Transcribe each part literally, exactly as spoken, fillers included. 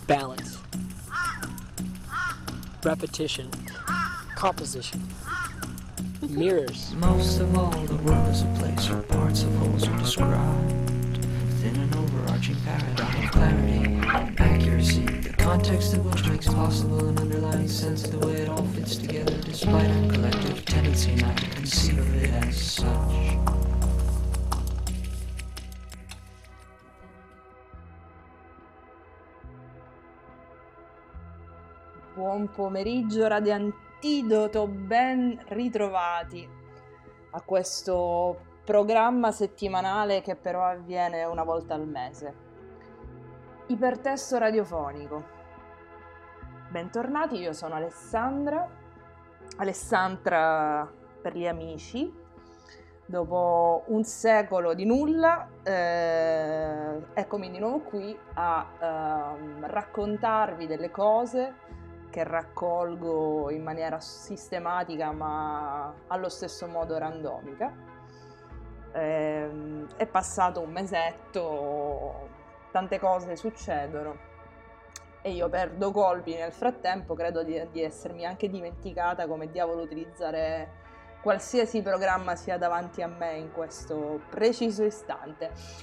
balance, repetition, composition, mirrors. Most of all, the world is a place where parts of wholes are described within an overarching paradigm of clarity and accuracy, the context of which makes possible an underlying sense of the way it all fits together, despite our collective tendency not to conceive of it as such. Buon pomeriggio Radio Antidoto, ben ritrovati a questo programma settimanale che però avviene una volta al mese. Ipertesto radiofonico. Bentornati, io sono Alessandra, Alessandra per gli amici. Dopo un secolo di nulla, eh, eccomi di nuovo qui a eh, raccontarvi delle cose che raccolgo in maniera sistematica ma allo stesso modo randomica. Eh, è passato un mesetto, tante cose succedono e io perdo colpi nel frattempo, credo di, di essermi anche dimenticata come diavolo utilizzare qualsiasi programma sia davanti a me in questo preciso istante.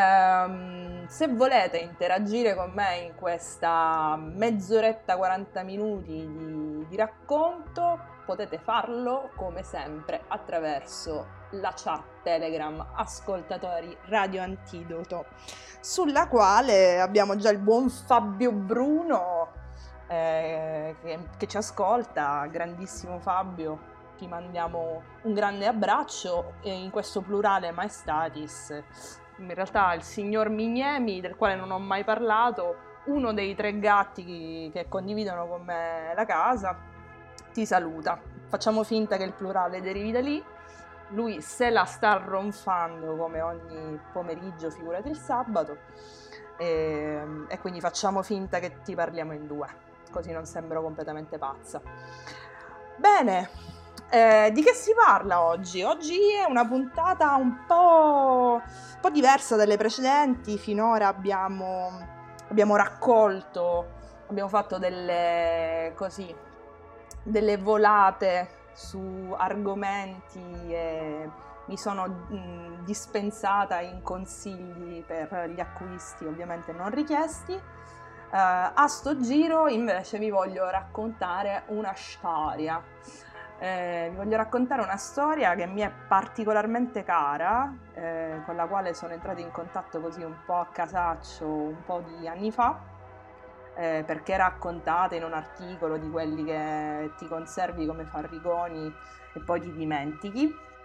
Um, se volete interagire con me in questa mezz'oretta, quaranta minuti di, di racconto, potete farlo come sempre attraverso la chat Telegram Ascoltatori Radio Antidoto, sulla quale abbiamo già il buon Fabio Bruno eh, che, che ci ascolta. Grandissimo Fabio, ti mandiamo un grande abbraccio, e in questo plurale maestatis. In realtà il signor Mignemi, del quale non ho mai parlato, uno dei tre gatti che condividono con me la casa, ti saluta. Facciamo finta che il plurale derivi da lì. Lui se la sta ronfando come ogni pomeriggio, figurati il sabato, e, e quindi facciamo finta che ti parliamo in due, così non sembro completamente pazza. Bene. Eh, di che si parla oggi? Oggi è una puntata un po', un po' diversa dalle precedenti. Finora abbiamo, abbiamo raccolto, abbiamo fatto delle, così, delle volate su argomenti e mi sono mh, dispensata in consigli per gli acquisti ovviamente non richiesti. Uh, a sto giro invece vi voglio raccontare una storia. Eh, vi voglio raccontare una storia che mi è particolarmente cara, eh, con la quale sono entrata in contatto così un po' a casaccio un po' di anni fa, eh, perché è raccontata in un articolo di quelli che ti conservi come farriconi e poi ti dimentichi,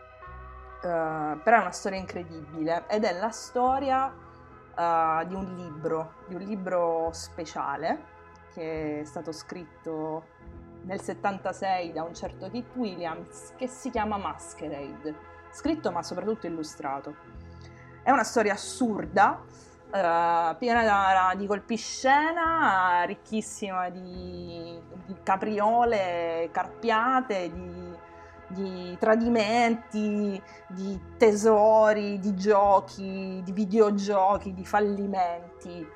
eh, però è una storia incredibile ed è la storia eh, di un libro, di un libro speciale che è stato scritto nel settantasei da un certo Kit Williams, che si chiama Masquerade, scritto ma soprattutto illustrato. È una storia assurda, eh, piena di colpiscena, ricchissima di, di capriole carpiate, di, di tradimenti, di tesori, di giochi, di videogiochi, di fallimenti.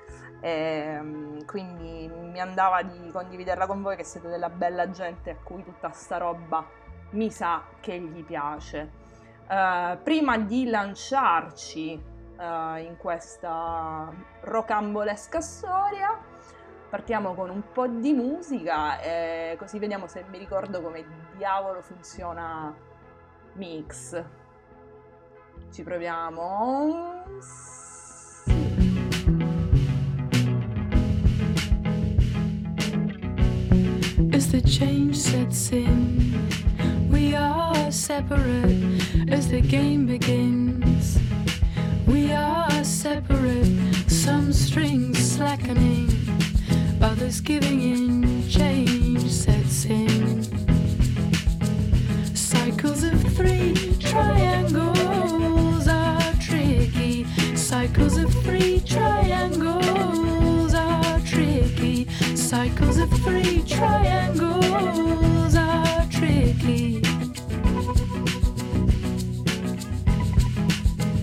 E quindi mi andava di condividerla con voi, che siete della bella gente a cui tutta sta roba mi sa che gli piace. Uh, prima di lanciarci uh, in questa rocambolesca storia, partiamo con un po' di musica e così vediamo se mi ricordo come diavolo funziona Mix. Ci proviamo. As the change sets in, we are separate. As the game begins, we are separate. Some strings slackening, others giving in. Change sets in. Cycles of three triangles are tricky. Cycles of three triangles are tricky. Cycles of three triangles are tricky.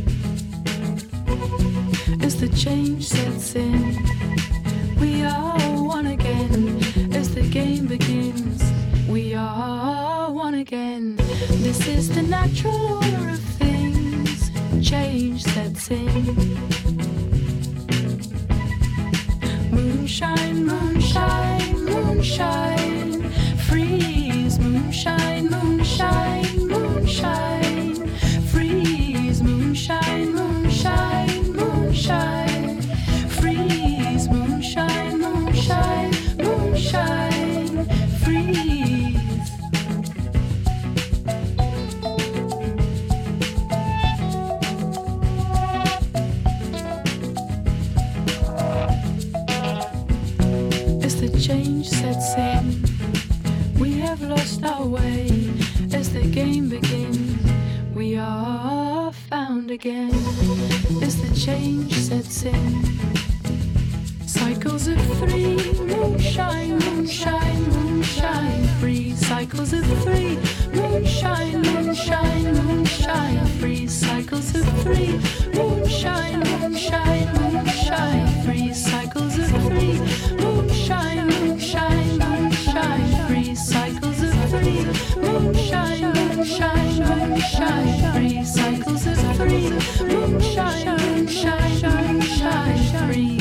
As the change sets in, we are natural order of things. Change sets in. Moonshine, moonshine, moonshine. Freeze, moonshine, moonshine, moonshine. Freeze, moonshine, moonshine, moonshine. Freeze, moonshine, moonshine, moonshine. Freeze. As the change sets in, we have lost our way. As the game begins, we are found again. As the change sets in, cycles of three, moonshine, moonshine, moonshine, free. Cycles of three, moonshine, moonshine, moonshine, free. Cycles of three, moonshine, moonshine, moonshine, free. Cycles of three, moonshine, moonshine, moonshine, free. Cycles of three, moonshine, moonshine, moonshine, free. Cycles of three, moonshine, moonshine, moonshine, free.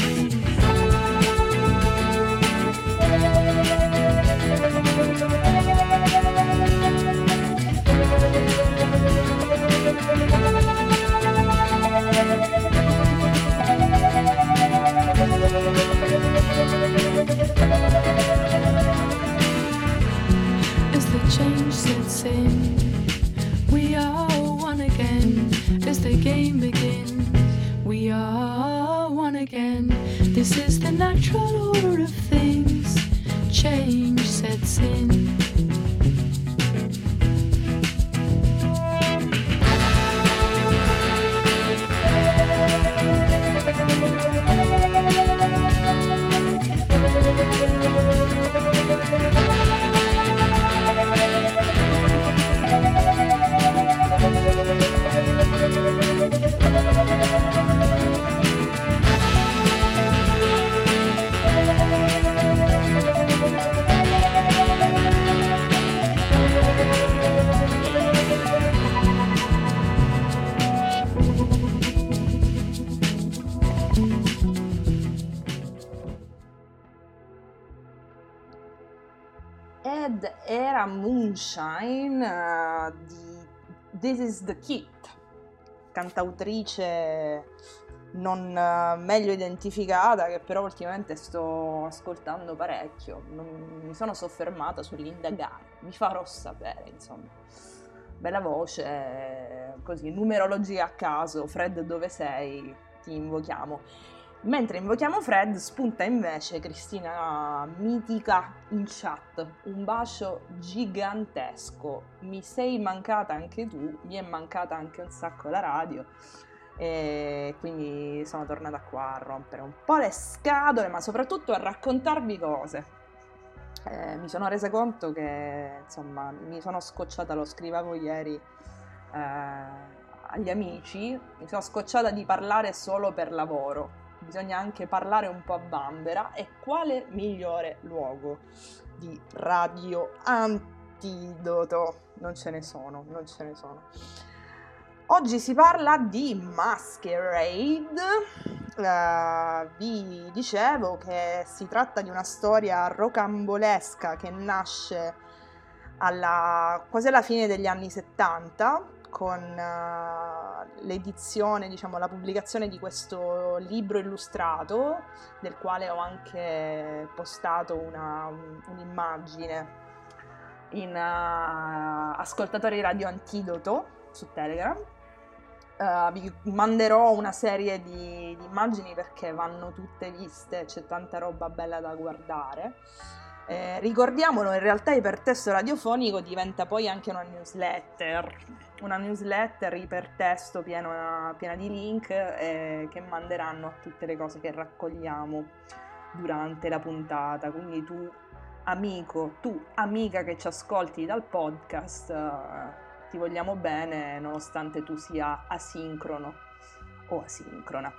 As the change sets in, we are one again. As the game begins, we are one again. This is the natural order of things. Change sets in. Ed era Moonshine uh, di This Is The Kid, cantautrice non uh, meglio identificata, che però ultimamente sto ascoltando parecchio. Non mi sono soffermata sull'indagare, vi farò sapere, insomma. Bella voce, così, numerologia a caso. Fred, dove sei? Ti invochiamo. Mentre invochiamo Fred, spunta invece Cristina Mitica in chat. Un bacio gigantesco. Mi sei mancata anche tu, mi è mancata anche un sacco la radio. E quindi sono tornata qua a rompere un po' le scatole, ma soprattutto a raccontarvi cose. Eh, mi sono resa conto che, insomma, mi sono scocciata, lo scrivevo ieri eh, agli amici, mi sono scocciata di parlare solo per lavoro. Bisogna anche parlare un po' a vanvera, e quale migliore luogo di radio antidoto? Non ce ne sono, non ce ne sono. Oggi si parla di Masquerade. Uh, vi dicevo che si tratta di una storia rocambolesca che nasce alla, quasi alla fine degli anni settanta, con uh, l'edizione, diciamo, la pubblicazione di questo libro illustrato, del quale ho anche postato una, un, un'immagine in uh, ascoltatori radio antidoto su Telegram. Uh, vi manderò una serie di, di immagini perché vanno tutte viste, c'è tanta roba bella da guardare. Eh, ricordiamolo, in realtà Ipertesto radiofonico diventa poi anche una newsletter, una newsletter ipertesto piena, piena di link eh, che manderanno a tutte le cose che raccogliamo durante la puntata. Quindi tu amico, tu amica che ci ascolti dal podcast, eh, ti vogliamo bene nonostante tu sia asincrono o asincrona.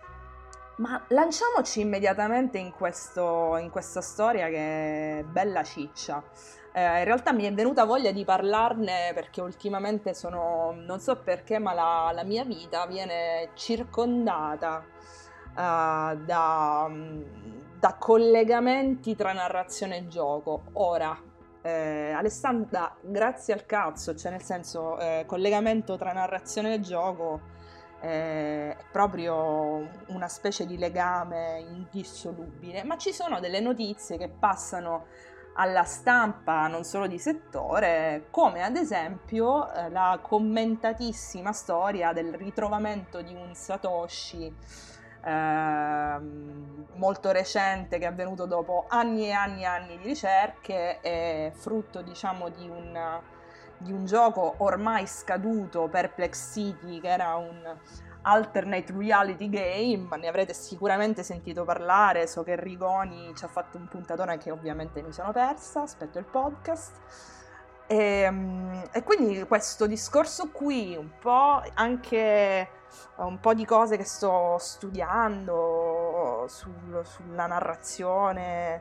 Ma lanciamoci immediatamente in, questo, in questa storia che è bella ciccia. Eh, in realtà mi è venuta voglia di parlarne perché ultimamente sono, non so perché, ma la, la mia vita viene circondata uh, da, da collegamenti tra narrazione e gioco. Ora, eh, Alessandra, grazie al cazzo, cioè nel senso, eh, collegamento tra narrazione e gioco eh, è proprio una specie di legame indissolubile, ma ci sono delle notizie che passano alla stampa non solo di settore, come ad esempio eh, la commentatissima storia del ritrovamento di un Satoshi eh, molto recente, che è avvenuto dopo anni e anni e anni di ricerche, è frutto, diciamo, di un, di un gioco ormai scaduto, Perplex City, che era un alternate reality game. Ne avrete sicuramente sentito parlare, so che Rigoni ci ha fatto un puntatone che ovviamente mi sono persa, aspetto il podcast. E, e quindi questo discorso qui, un po' anche un po' di cose che sto studiando sul, sulla narrazione,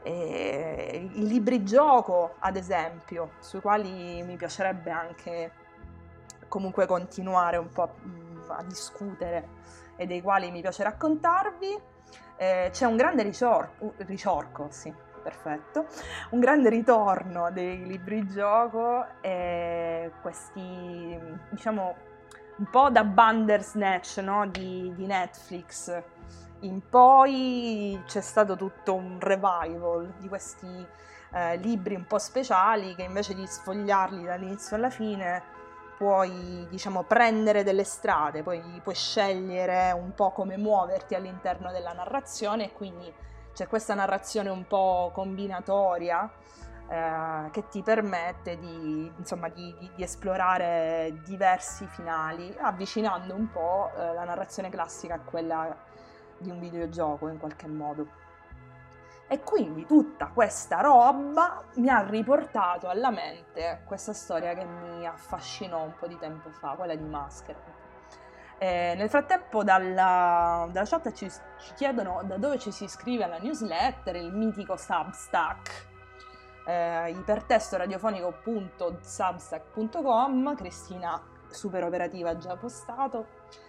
e i libri gioco ad esempio, sui quali mi piacerebbe anche comunque continuare un po' a discutere e dei quali mi piace raccontarvi. Eh, c'è un grande riciorco, riciorco, sì, perfetto, un grande ritorno dei libri gioco e questi, diciamo, un po' da Bandersnatch, no? di, di Netflix in poi c'è stato tutto un revival di questi eh, libri un po' speciali che invece di sfogliarli dall'inizio alla fine puoi, diciamo, prendere delle strade, poi puoi scegliere un po' come muoverti all'interno della narrazione, e quindi c'è questa narrazione un po' combinatoria eh, che ti permette di, insomma, di, di, di esplorare diversi finali, avvicinando un po' eh, la narrazione classica a quella di un videogioco in qualche modo. E quindi tutta questa roba mi ha riportato alla mente questa storia che mi affascinò un po' di tempo fa, quella di Masquerade. E nel frattempo dalla, dalla chat ci, ci chiedono da dove ci si iscrive alla newsletter, il mitico Substack, eh, ipertesto radiofonico punto substack punto com. Cristina, super operativa, ha già postato.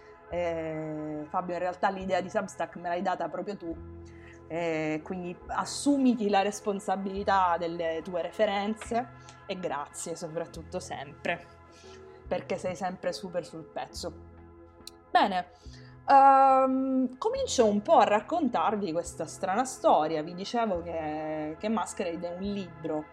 Eh, Fabio, in realtà l'idea di Substack me l'hai data proprio tu. Eh, quindi assumiti la responsabilità delle tue referenze e grazie soprattutto sempre, perché sei sempre super sul pezzo. Bene, um, comincio un po' a raccontarvi questa strana storia. Vi dicevo che, che Masquerade è un libro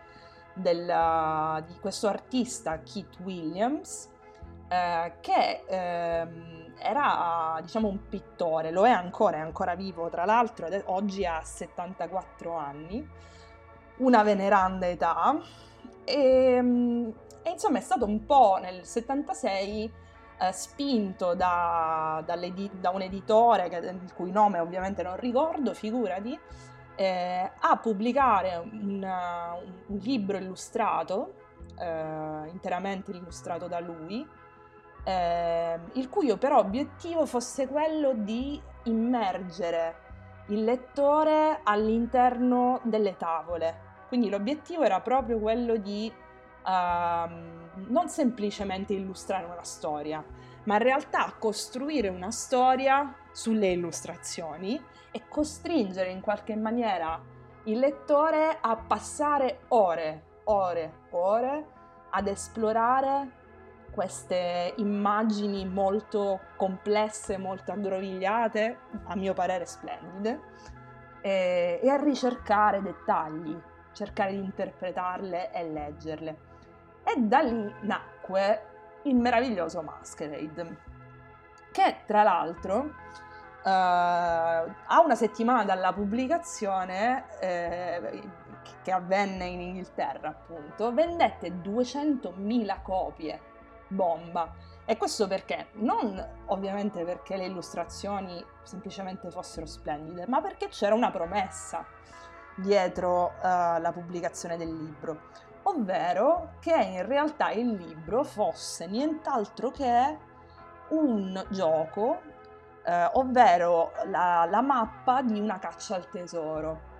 del, di questo artista Keith Williams, eh, che ehm, era, diciamo, un pittore, lo è ancora, è ancora vivo tra l'altro, ed è, oggi ha settantaquattro anni, una veneranda età, e, e insomma è stato un po' nel settantasei eh, spinto da, da un editore, che, il cui nome ovviamente non ricordo, figurati, eh, a pubblicare una, un, un libro illustrato, eh, interamente illustrato da lui, Eh, il cui però obiettivo fosse quello di immergere il lettore all'interno delle tavole. Quindi l'obiettivo era proprio quello di uh, non semplicemente illustrare una storia, ma in realtà costruire una storia sulle illustrazioni e costringere in qualche maniera il lettore a passare ore, ore, ore ad esplorare queste immagini molto complesse, molto aggrovigliate, a mio parere splendide, e, e a ricercare dettagli, cercare di interpretarle e leggerle. E da lì nacque il meraviglioso Masquerade, che tra l'altro eh, a una settimana dalla pubblicazione, eh, che avvenne in Inghilterra appunto, vendette duecentomila copie. Bomba. E questo perché? Non ovviamente perché le illustrazioni semplicemente fossero splendide, ma perché c'era una promessa dietro uh, la pubblicazione del libro, ovvero che in realtà il libro fosse nient'altro che un gioco, uh, ovvero la, la mappa di una caccia al tesoro.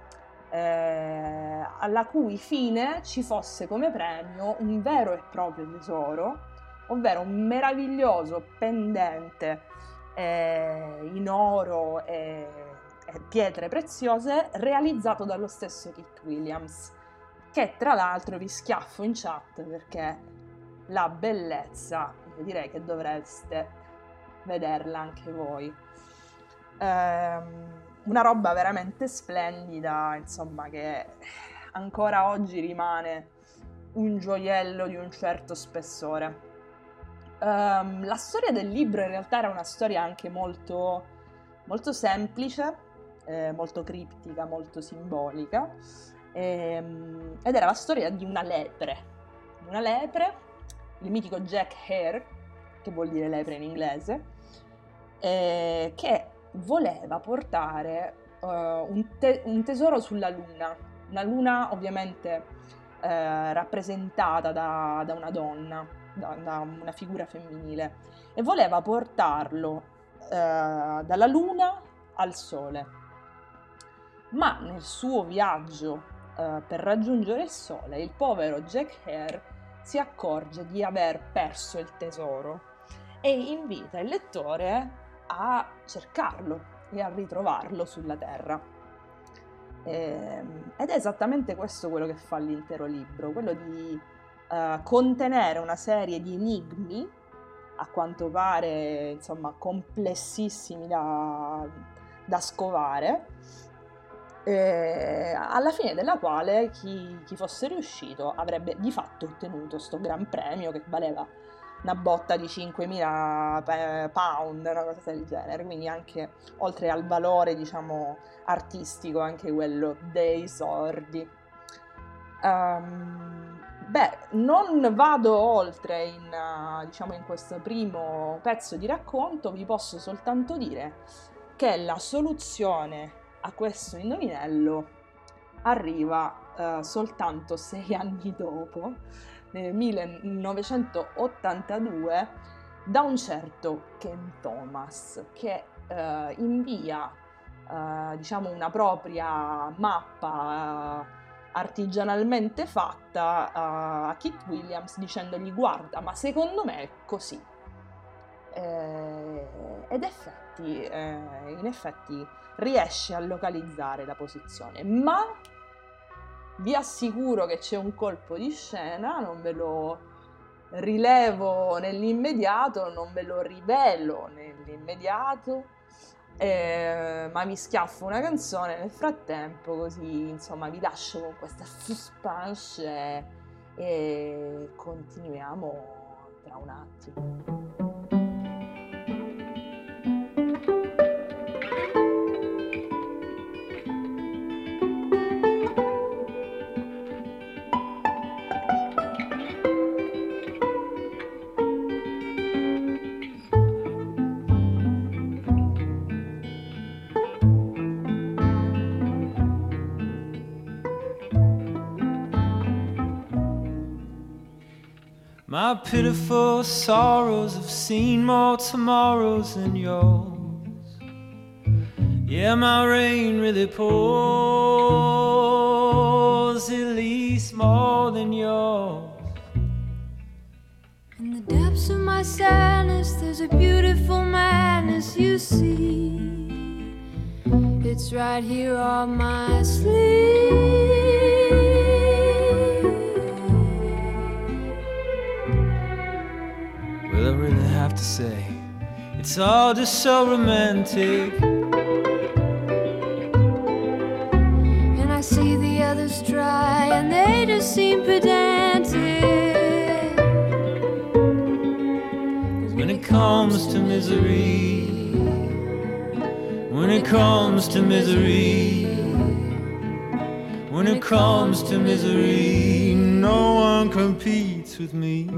eh, alla cui fine ci fosse come premio un vero e proprio tesoro, ovvero un meraviglioso pendente eh, in oro e, e pietre preziose realizzato dallo stesso Kit Williams, che tra l'altro vi schiaffo in chat perché la bellezza, io direi che dovreste vederla anche voi. Ehm, una roba veramente splendida, insomma, che ancora oggi rimane un gioiello di un certo spessore. Um, la storia del libro in realtà era una storia anche molto, molto semplice, eh, molto criptica, molto simbolica, ehm, ed era la storia di una lepre, di una lepre, il mitico Jack Hare, che vuol dire lepre in inglese, eh, che voleva portare uh, un, te- un tesoro sulla luna, una luna ovviamente eh, rappresentata da, da una donna, da, da una figura femminile, e voleva portarlo eh, dalla luna al sole. Ma nel suo viaggio eh, per raggiungere il sole, il povero Jack Hare si accorge di aver perso il tesoro e invita il lettore a cercarlo e a ritrovarlo sulla terra. E, ed è esattamente questo quello che fa l'intero libro, quello di uh, contenere una serie di enigmi, a quanto pare, insomma, complessissimi da, da scovare, e alla fine della quale chi, chi fosse riuscito avrebbe di fatto ottenuto sto gran premio che valeva una botta di cinquemila pound, una cosa del genere, quindi anche oltre al valore, diciamo, artistico, anche quello dei sordi. Um, beh, non vado oltre in, uh, diciamo, in questo primo pezzo di racconto, vi posso soltanto dire che la soluzione a questo indovinello arriva uh, soltanto sei anni dopo, nel millenovecentottantadue, da un certo Ken Thomas, che uh, invia uh, diciamo una propria mappa uh, artigianalmente fatta uh, a Kit Williams, dicendogli: guarda, ma secondo me è così. Eh, ed effetti, eh, in effetti riesce a localizzare la posizione, ma vi assicuro che c'è un colpo di scena, non ve lo rilevo nell'immediato, non ve lo rivelo nell'immediato, eh, ma vi schiaffo una canzone nel frattempo, così insomma vi lascio con questa suspense e, e continuiamo tra un attimo. My pitiful sorrows have seen more tomorrows than yours. Yeah, my rain really pours, at least more than yours. In the depths of my sadness, there's a beautiful madness, you see. It's right here on my sleeve. Well, I really have to say, it's all just so romantic. And I see the others try, and they just seem pedantic. When it comes to misery, when it comes to misery, when it comes to misery, no one competes with me.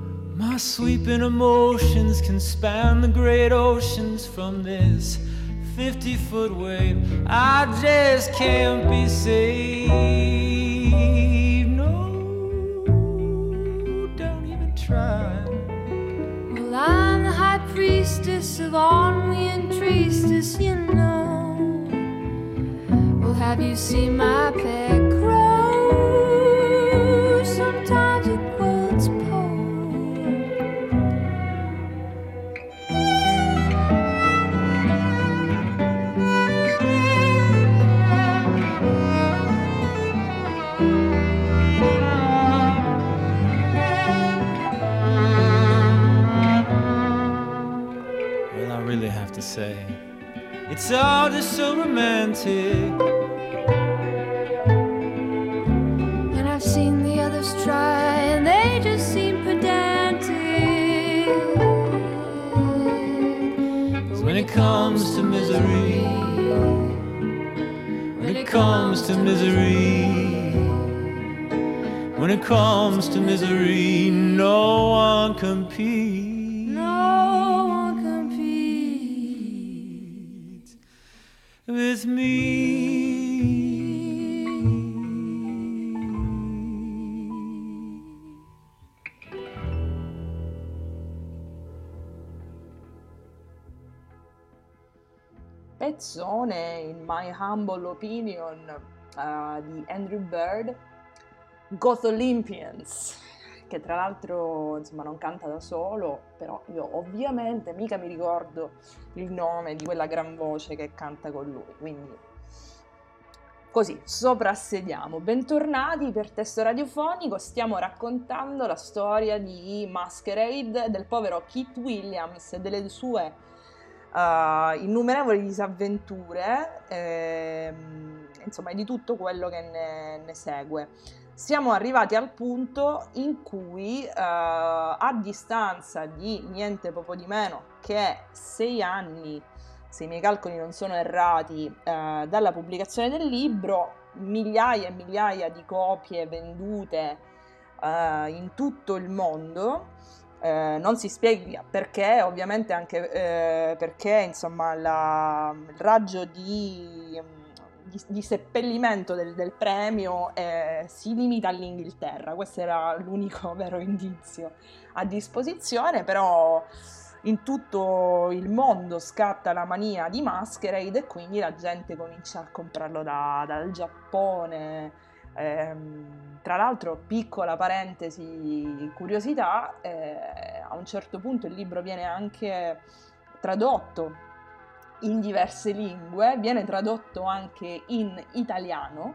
Sweeping emotions can span the great oceans from this fifty-foot wave. I just can't be saved. No, don't even try. Well, I'm the high priestess of ennui and tristesse, you know. Well, have you seen my pet crow? Sometimes it quotes Poe. Well, I really have to say, it's all just so romantic. And I've seen the others try, and they just seem pedantic. But When it comes to misery, when it comes to misery, when it comes to misery, no one competes. no one competes. With me. Pezzone, in my humble opinion, uh, di Andrew Bird, Goth Olympians, che tra l'altro insomma non canta da solo, però io ovviamente mica mi ricordo il nome di quella gran voce che canta con lui, quindi così, soprassediamo. Bentornati per Testo Radiofonico, stiamo raccontando la storia di Masquerade, del povero Keith Williams e delle sue Uh, innumerevoli disavventure, ehm, insomma, e di tutto quello che ne, ne segue. Siamo arrivati al punto in cui, uh, a distanza di niente poco di meno che sei anni, se i miei calcoli non sono errati, uh, dalla pubblicazione del libro, migliaia e migliaia di copie vendute uh, in tutto il mondo. Eh, non si spiega perché, ovviamente anche eh, perché insomma la, il raggio di, di, di seppellimento del, del premio eh, si limita all'Inghilterra. Questo era l'unico vero indizio a disposizione, però in tutto il mondo scatta la mania di Masquerade e quindi la gente comincia a comprarlo da, dal Giappone. Ehm, tra l'altro, piccola parentesi, curiosità, eh, a un certo punto il libro viene anche tradotto in diverse lingue, viene tradotto anche in italiano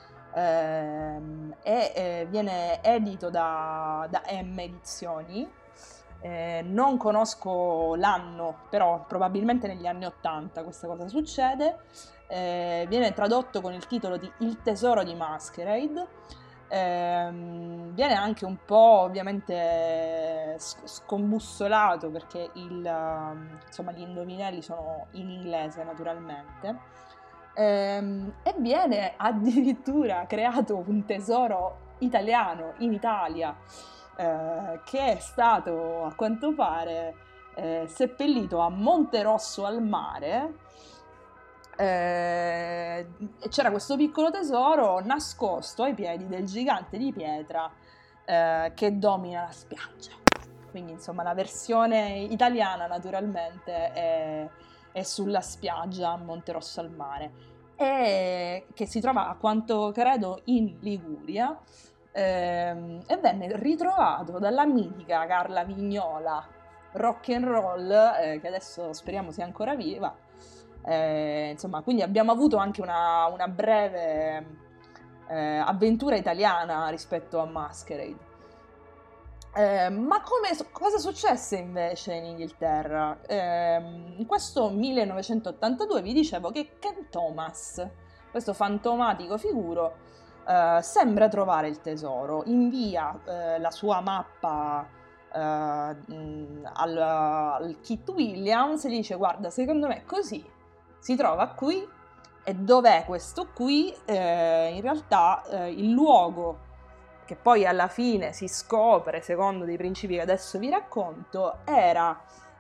ehm, e eh, viene edito da, da M Edizioni. Eh, non conosco l'anno, però probabilmente negli anni ottanta questa cosa succede. Eh, viene tradotto con il titolo di Il tesoro di Masquerade. Eh, viene anche un po' ovviamente scombussolato perché il, insomma, gli indovinelli sono in inglese naturalmente. Eh, e viene addirittura creato un tesoro italiano in Italia, eh, che è stato a quanto pare eh, seppellito a Monterosso al Mare. Eh, c'era questo piccolo tesoro nascosto ai piedi del gigante di pietra eh, che domina la spiaggia. Quindi insomma la versione italiana naturalmente è, è sulla spiaggia a Monterosso al Mare, e che si trova a quanto credo in Liguria, ehm, e venne ritrovato dalla mitica Carla Vignola, rock and roll, eh, che adesso speriamo sia ancora viva. Eh, insomma, quindi abbiamo avuto anche una, una breve eh, avventura italiana rispetto a Masquerade. Eh, ma come, cosa successe invece in Inghilterra? Eh, in questo millenovecentottantadue vi dicevo che Ken Thomas, questo fantomatico figuro, eh, sembra trovare il tesoro, invia eh, la sua mappa eh, al, al Keith Williams e gli dice: guarda, secondo me così si trova qui. E dov'è questo qui? Eh, in realtà eh, il luogo, che poi alla fine si scopre, secondo dei principi che adesso vi racconto, era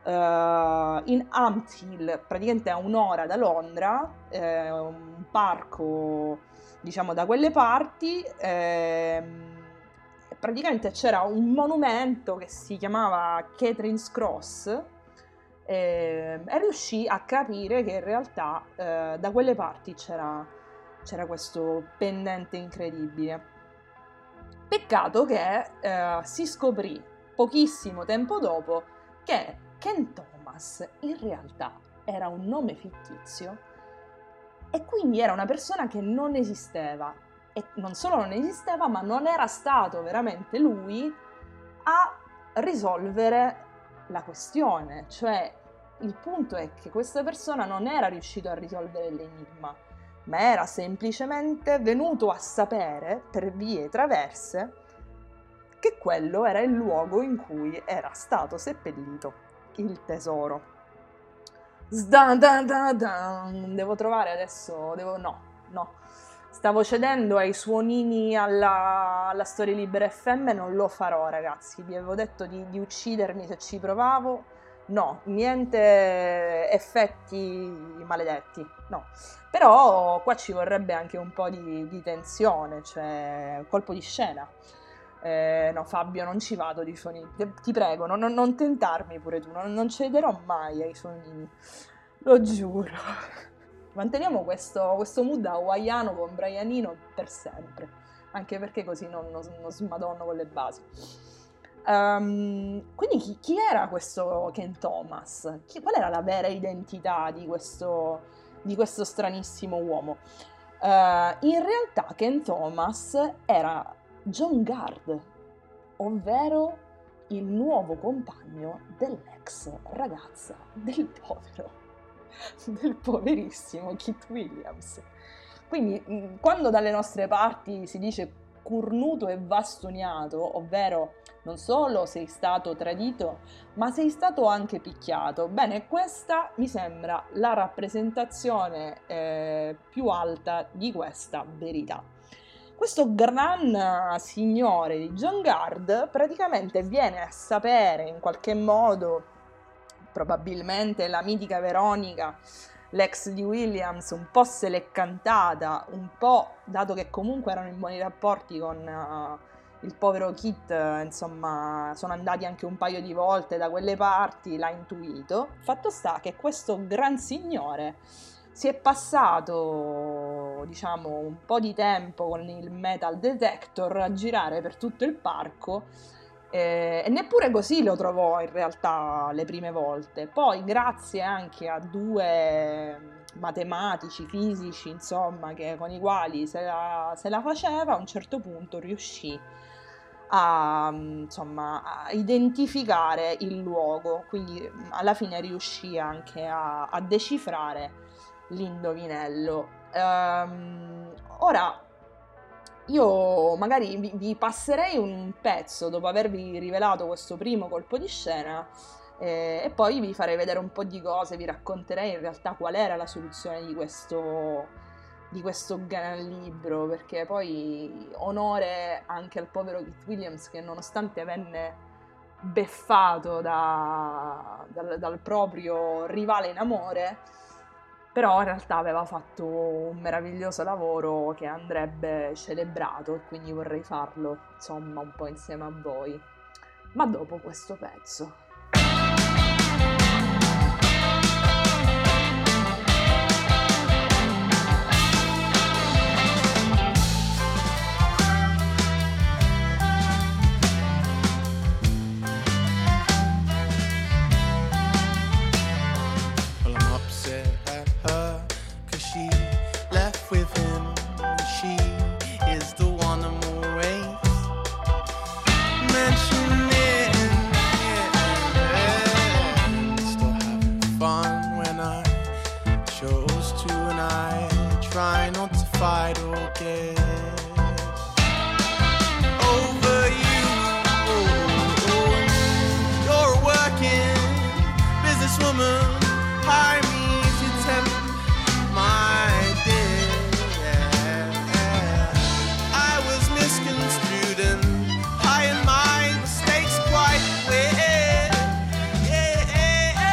uh, in Ampthill, praticamente a un'ora da Londra, eh, un parco, diciamo, da quelle parti. ehm, Praticamente c'era un monumento che si chiamava Catherine's Cross, eh, e riuscì a capire che in realtà eh, da quelle parti c'era, c'era questo pendente incredibile. Peccato che eh, si scoprì pochissimo tempo dopo che Ken Thomas in realtà era un nome fittizio e quindi era una persona che non esisteva. E non solo non esisteva, ma non era stato veramente lui a risolvere la questione. Cioè, il punto è che questa persona non era riuscito a risolvere l'enigma, ma era semplicemente venuto a sapere, per vie traverse, che quello era il luogo in cui era stato seppellito il tesoro. Sdan dan dan dan. Devo trovare adesso... Devo... No, no. Stavo cedendo ai suonini alla, alla Storia Libera F M, non lo farò, ragazzi. Vi avevo detto di, di uccidermi se ci provavo. No, niente effetti maledetti, no. Però qua ci vorrebbe anche un po' di, di tensione, cioè colpo di scena. Eh, no, Fabio, non ci vado di suonini. Ti prego, non, non tentarmi pure tu, non, non cederò mai ai suonini. Lo giuro. Manteniamo questo, questo mood hawaiano con Brianino per sempre, anche perché così non, non, non smadonno con le basi. Um, quindi chi, chi era questo Ken Thomas? Chi, qual era la vera identità di questo, di questo stranissimo uomo? Uh, in realtà Ken Thomas era John Gard, ovvero il nuovo compagno dell'ex ragazza del povero del poverissimo Kit Williams. Quindi quando dalle nostre parti si dice cornuto e bastoniato, ovvero non solo sei stato tradito, ma sei stato anche picchiato, bene, questa mi sembra la rappresentazione eh, più alta di questa verità. Questo gran signore di John Gard praticamente viene a sapere in qualche modo, probabilmente la mitica Veronica, l'ex di Williams, un po' se l'è cantata, un po', dato che comunque erano in buoni rapporti con uh, il povero Kit, uh, insomma, sono andati anche un paio di volte da quelle parti, l'ha intuito. Fatto sta che questo gran signore si è passato, diciamo, un po' di tempo con il metal detector a girare per tutto il parco, Eh, e neppure così lo trovò in realtà le prime volte. Poi, grazie anche a due matematici, fisici, insomma, che, con i quali se la, se la faceva, a un certo punto riuscì a, insomma, a identificare il luogo, quindi alla fine riuscì anche a, a decifrare l'indovinello. Um, ora io magari vi, vi passerei un pezzo dopo avervi rivelato questo primo colpo di scena, eh, e poi vi farei vedere un po' di cose, vi racconterei in realtà qual era la soluzione di questo, di questo gran libro, perché poi onore anche al povero Kit Williams che, nonostante venne beffato da, dal, dal proprio rivale in amore, però in realtà aveva fatto un meraviglioso lavoro che andrebbe celebrato, e quindi vorrei farlo, insomma, un po' insieme a voi. Ma dopo questo pezzo. High in my mistakes quite aware. Yeah, yeah,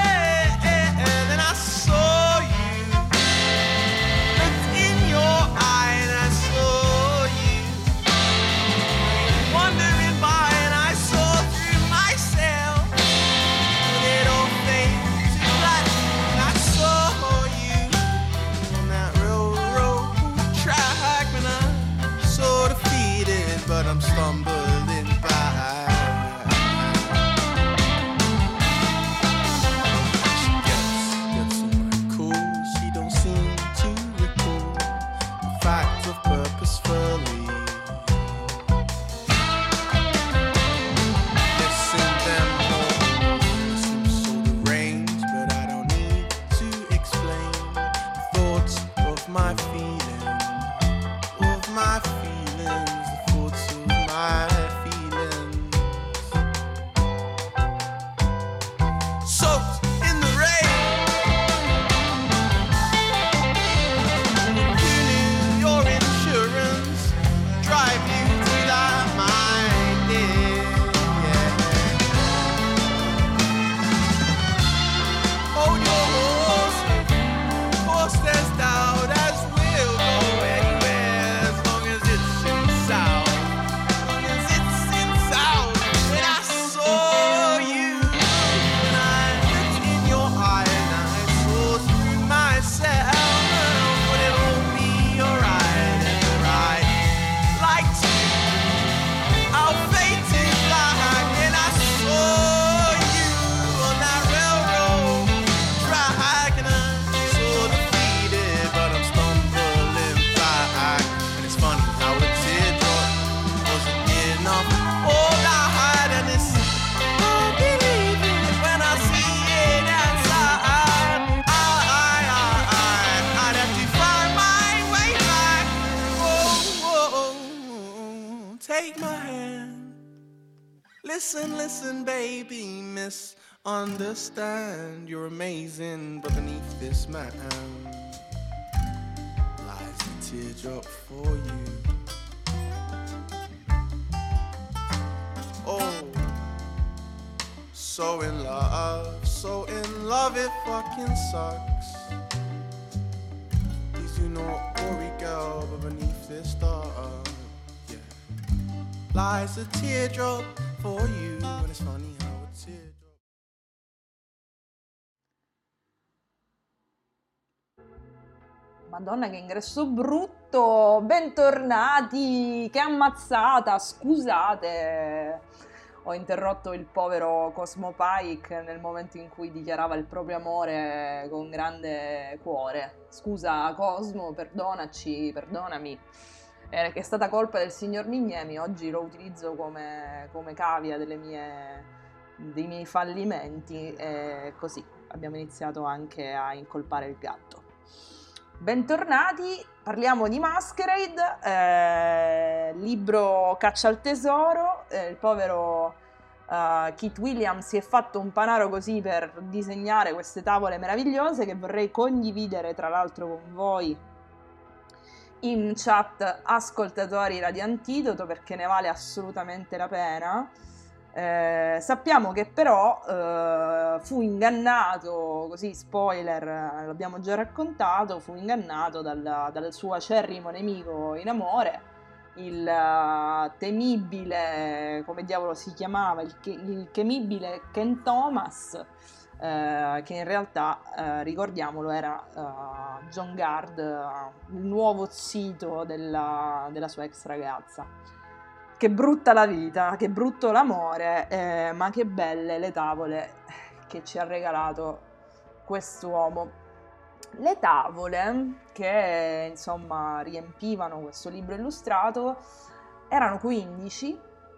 my feelings, of my feelings, the thoughts of my feelings. Soaked in the rain, feeling your insurance, drive you to that mind, yeah. Hold your horse, horse there's doubt as we'll go anywhere, as long as it's in south, as long as it's in south. When I saw you, when I looked in your eyes, I saw through myself, but it'll be alright, right? Like our fate is like, and I saw you on that railroad track, and I saw defeated, but I'm stumbling back. And it's funny how a teardrop wasn't enough. All I had, and it's I believe it when I see it outside. I, I, I, I, I'd have to find my way back. Oh, oh, oh, take my hand. Listen, listen, baby, misunderstand. You're amazing, but beneath this man lies a teardrop for you. Oh, so in love, so in love, it fucking sucks. Please do not worry, girl, but beneath this dark, yeah, lies a teardrop for you. And it's funny how a teardrop. Madonna, che ingresso brutto! Bentornati! Che ammazzata! Scusate, ho interrotto il povero Cosmo Pike nel momento in cui dichiarava il proprio amore con grande cuore. Scusa Cosmo, perdonaci, perdonami. Eh, che è stata colpa del signor Mignemi, oggi lo utilizzo come, come cavia delle mie, dei miei fallimenti e così abbiamo iniziato anche a incolpare il gatto. Bentornati, parliamo di Masquerade, eh, libro Caccia al tesoro, eh, il povero uh, Keith Williams si è fatto un panaro così per disegnare queste tavole meravigliose che vorrei condividere tra l'altro con voi in chat ascoltatori Radio Antidoto, perché ne vale assolutamente la pena. Eh, sappiamo che però eh, fu ingannato, così spoiler, eh, l'abbiamo già raccontato, fu ingannato dal, dal suo acerrimo nemico in amore, il uh, temibile, come diavolo si chiamava, il, il temibile Ken Thomas, eh, che in realtà, eh, ricordiamolo, era uh, John Gard, uh, il nuovo zito della, della sua ex ragazza. Che brutta la vita, che brutto l'amore, eh, ma che belle le tavole che ci ha regalato quest'uomo. Le tavole che insomma riempivano questo libro illustrato erano quindici,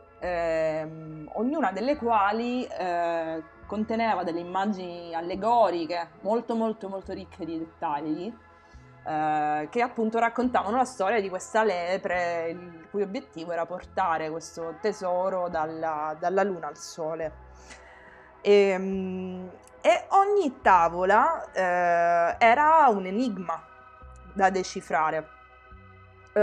ehm, ognuna delle quali eh, conteneva delle immagini allegoriche molto molto molto ricche di dettagli, Uh, che appunto raccontavano la storia di questa lepre, il cui obiettivo era portare questo tesoro dalla, dalla luna al sole. E, um, e ogni tavola uh, era un enigma da decifrare. Uh,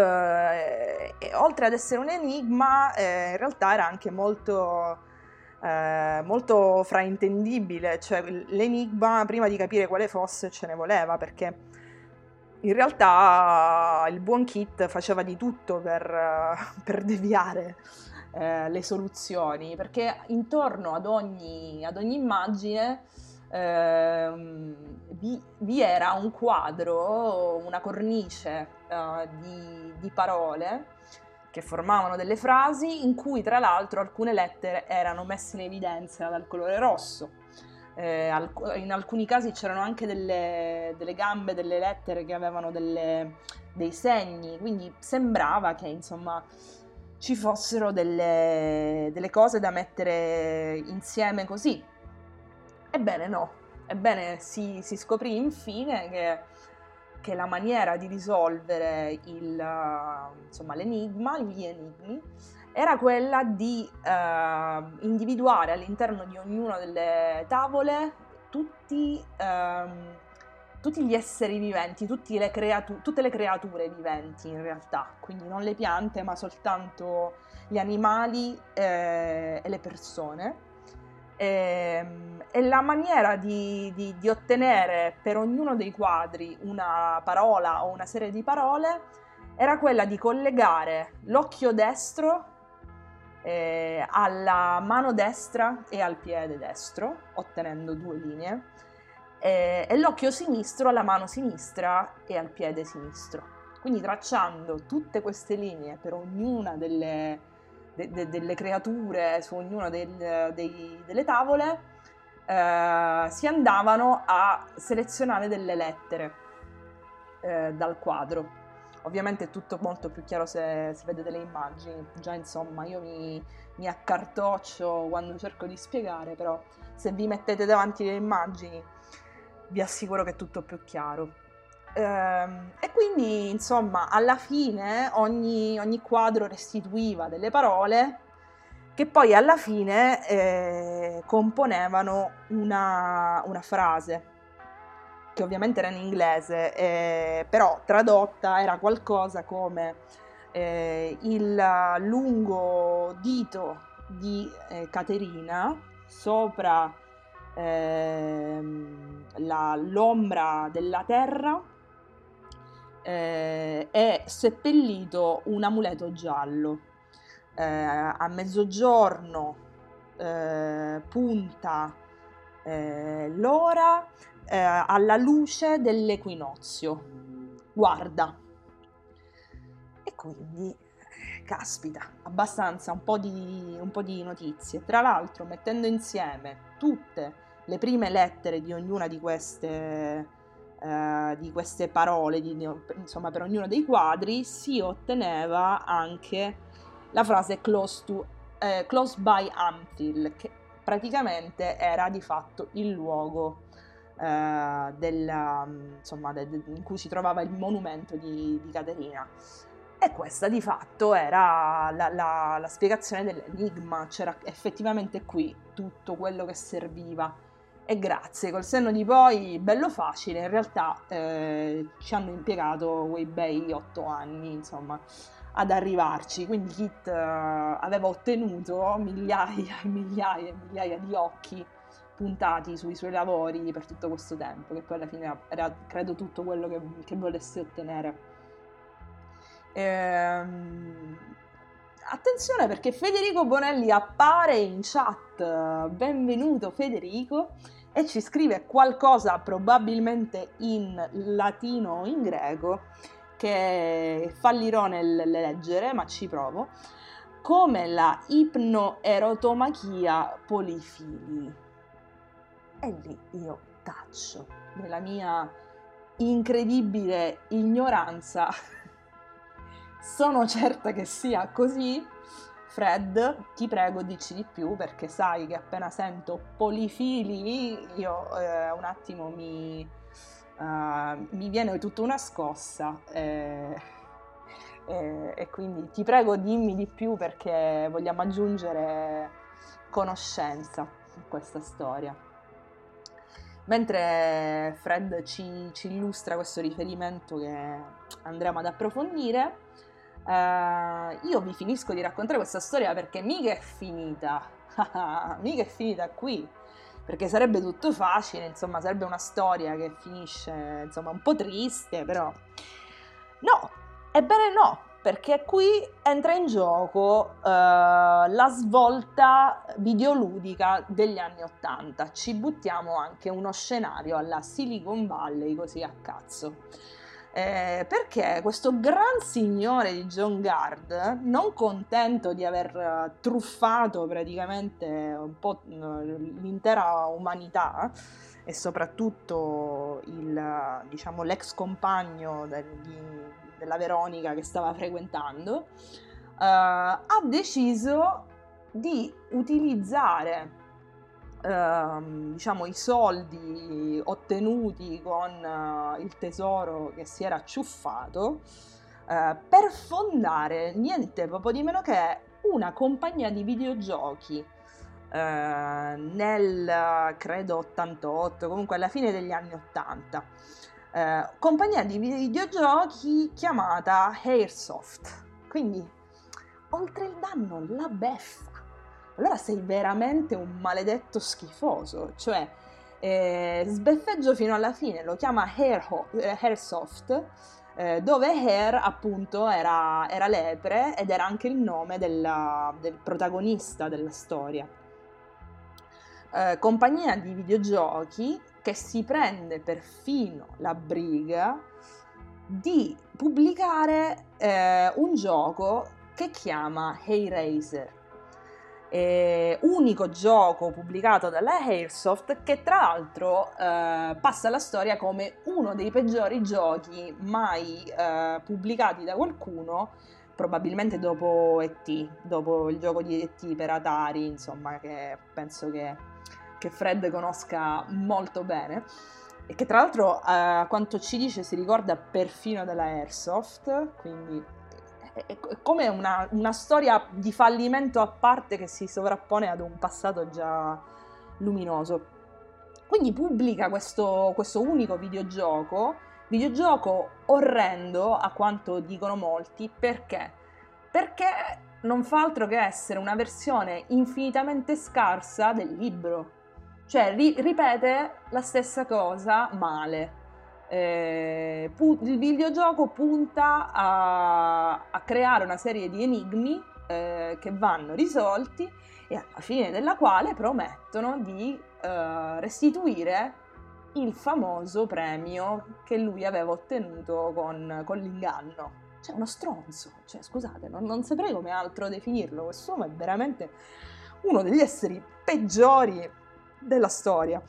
e oltre ad essere un enigma, eh, in realtà era anche molto, eh, molto fraintendibile, cioè l'enigma, prima di capire quale fosse, ce ne voleva, perché in realtà il buon Kit faceva di tutto per, per deviare eh, le soluzioni, perché intorno ad ogni, ad ogni immagine eh, vi, vi era un quadro, una cornice eh, di, di parole che formavano delle frasi in cui tra l'altro alcune lettere erano messe in evidenza dal colore rosso. Eh, in alcuni casi c'erano anche delle, delle gambe delle lettere che avevano delle, dei segni, quindi sembrava che insomma ci fossero delle, delle cose da mettere insieme così. Ebbene no, ebbene si, si scoprì infine che che la maniera di risolvere il, uh, insomma, l'enigma, gli enigmi, era quella di uh, individuare all'interno di ognuna delle tavole tutti, um, tutti gli esseri viventi, tutti le creatu- tutte le creature viventi in realtà, quindi non le piante ma soltanto gli animali eh, e le persone. E, e la maniera di, di, di ottenere per ognuno dei quadri una parola o una serie di parole era quella di collegare l'occhio destro eh, alla mano destra e al piede destro, ottenendo due linee, e, e l'occhio sinistro alla mano sinistra e al piede sinistro. Quindi tracciando tutte queste linee per ognuna delle De, de, delle creature su ognuna del, dei, delle tavole, eh, si andavano a selezionare delle lettere eh, dal quadro. Ovviamente è tutto molto più chiaro se, se vedete le immagini. Già insomma io mi, mi accartoccio quando cerco di spiegare, però se vi mettete davanti le immagini vi assicuro che è tutto più chiaro. Ehm, e quindi insomma alla fine ogni, ogni quadro restituiva delle parole che poi alla fine eh, componevano una, una frase che ovviamente era in inglese, eh, però tradotta era qualcosa come eh, il lungo dito di eh, Caterina sopra eh, la, l'ombra della terra Eh, è seppellito un amuleto giallo. Eh, a mezzogiorno eh, punta eh, l'ora eh, alla luce dell'equinozio. Guarda. E quindi, caspita, abbastanza un po' di, un po' di notizie. Tra l'altro, mettendo insieme tutte le prime lettere di ognuna di queste Uh, di queste parole, di, insomma per ognuno dei quadri, si otteneva anche la frase close, to, eh, close by Amphill, che praticamente era di fatto il luogo uh, della, insomma, de, de, in cui si trovava il monumento di, di Caterina. E questa di fatto era la, la, la spiegazione dell'enigma, c'era effettivamente qui tutto quello che serviva. E grazie, col senno di poi, bello facile, in realtà eh, ci hanno impiegato quei bei otto anni, insomma, ad arrivarci. Quindi Kit eh, aveva ottenuto migliaia e migliaia e migliaia di occhi puntati sui suoi lavori per tutto questo tempo, che poi alla fine era, credo, tutto quello che, che volesse ottenere. Ehm... Attenzione perché Federico Bonelli appare in chat, benvenuto Federico, e ci scrive qualcosa probabilmente in latino o in greco che fallirò nel leggere, ma ci provo, come la ipnoerotomachia polifili. E lì io taccio, nella mia incredibile ignoranza. Sono certa che sia così. Fred, ti prego, dici di più, perché sai che appena sento polifili io eh, un attimo mi, uh, mi viene tutta una scossa eh, eh, e quindi ti prego dimmi di più, perché vogliamo aggiungere conoscenza in questa storia. Mentre Fred ci, ci illustra questo riferimento che andremo ad approfondire, Uh, io vi finisco di raccontare questa storia perché mica è finita, mica è finita qui, perché sarebbe tutto facile, insomma sarebbe una storia che finisce insomma un po' triste, però no, ebbene no, perché qui entra in gioco uh, la svolta videoludica degli anni ottanta, ci buttiamo anche uno scenario alla Silicon Valley così a cazzo. Eh, perché questo gran signore di John Gard, non contento di aver uh, truffato praticamente un po' uh, l'intera umanità e soprattutto il, uh, diciamo, l'ex compagno del, di, della Veronica che stava frequentando, uh, ha deciso di utilizzare ehm, diciamo, i soldi ottenuti con eh, il tesoro che si era acciuffato eh, per fondare niente poco di meno che una compagnia di videogiochi eh, nel, credo, ottantotto, comunque alla fine degli anni ottanta. Eh, compagnia di videogiochi chiamata Airsoft. Quindi, oltre il danno, la beffa. Allora sei veramente un maledetto schifoso. Cioè, eh, sbeffeggio fino alla fine, lo chiama Air, eh, Airsoft, eh, dove Air appunto era, era lepre ed era anche il nome della, del protagonista della storia. Eh, compagnia di videogiochi che si prende perfino la briga di pubblicare eh, un gioco che chiama Hellraiser, eh, unico gioco pubblicato dalla Airsoft che tra l'altro eh, passa alla storia come uno dei peggiori giochi mai eh, pubblicati da qualcuno, probabilmente dopo E T, dopo il gioco di E T per Atari, insomma, che penso che, che Fred conosca molto bene. E che tra l'altro, a quanto ci dice, si ricorda perfino della Airsoft, quindi è, è come una, una storia di fallimento a parte che si sovrappone ad un passato già luminoso. Quindi pubblica questo, questo unico videogioco, videogioco orrendo a quanto dicono molti, perché? Perché non fa altro che essere una versione infinitamente scarsa del libro. Cioè ri- ripete la stessa cosa male. Eh, pu- il videogioco punta a, a creare una serie di enigmi eh, che vanno risolti e alla fine della quale promettono di eh, restituire il famoso premio che lui aveva ottenuto con, con l'inganno. Cioè uno stronzo, cioè scusate, non, non saprei come altro definirlo. Quest'uomo è veramente uno degli esseri peggiori della storia.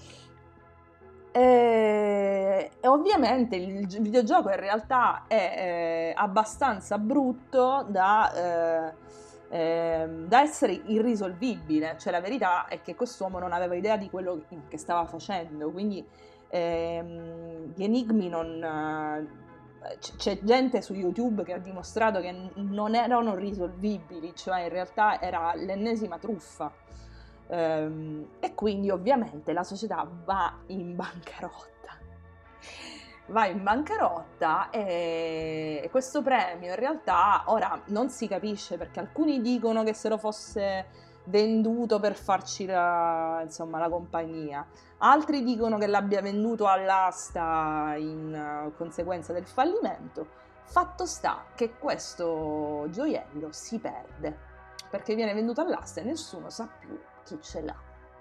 E, e ovviamente il videogioco in realtà è eh, abbastanza brutto da, eh, eh, da essere irrisolvibile. Cioè la verità è che quest'uomo non aveva idea di quello che stava facendo, quindi ehm, gli enigmi non... Eh, c'è gente su YouTube che ha dimostrato che non erano risolvibili, cioè in realtà era l'ennesima truffa. Um, e quindi ovviamente la società va in bancarotta va in bancarotta e questo premio in realtà ora non si capisce, perché alcuni dicono che se lo fosse venduto per farci la, insomma, la compagnia, altri dicono che l'abbia venduto all'asta in uh, conseguenza del fallimento. Fatto sta che questo gioiello si perde perché viene venduto all'asta e nessuno sa più chi ce l'ha.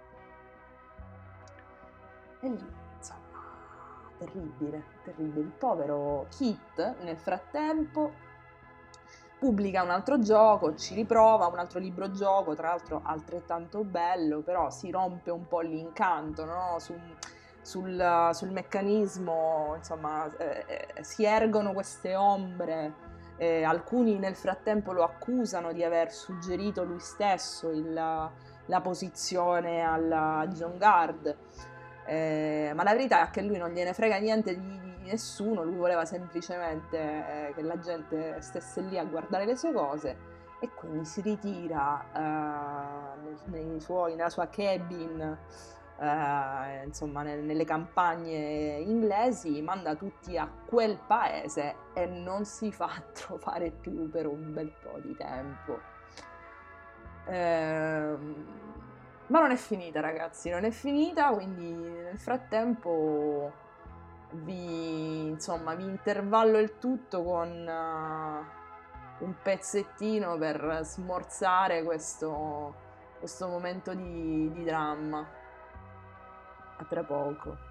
E lì, insomma, terribile, terribile. Il povero Kit nel frattempo pubblica un altro gioco, ci riprova, un altro libro gioco, tra l'altro altrettanto bello, però si rompe un po' l'incanto, no? Su, sul, sul meccanismo, insomma, eh, eh, si ergono queste ombre. Eh, alcuni nel frattempo lo accusano di aver suggerito lui stesso il, la posizione alla John Guard, eh, ma la verità è che lui non gliene frega niente di, di nessuno, lui voleva semplicemente eh, che la gente stesse lì a guardare le sue cose e quindi si ritira eh, nei, nei suoi, nella sua cabin, eh, insomma nel, nelle campagne inglesi, manda tutti a quel paese e non si fa trovare più per un bel po' di tempo. Eh, ma non è finita, ragazzi, non è finita, quindi nel frattempo vi, insomma, vi intervallo il tutto con uh, un pezzettino per smorzare questo, questo momento di, di dramma. A tra poco.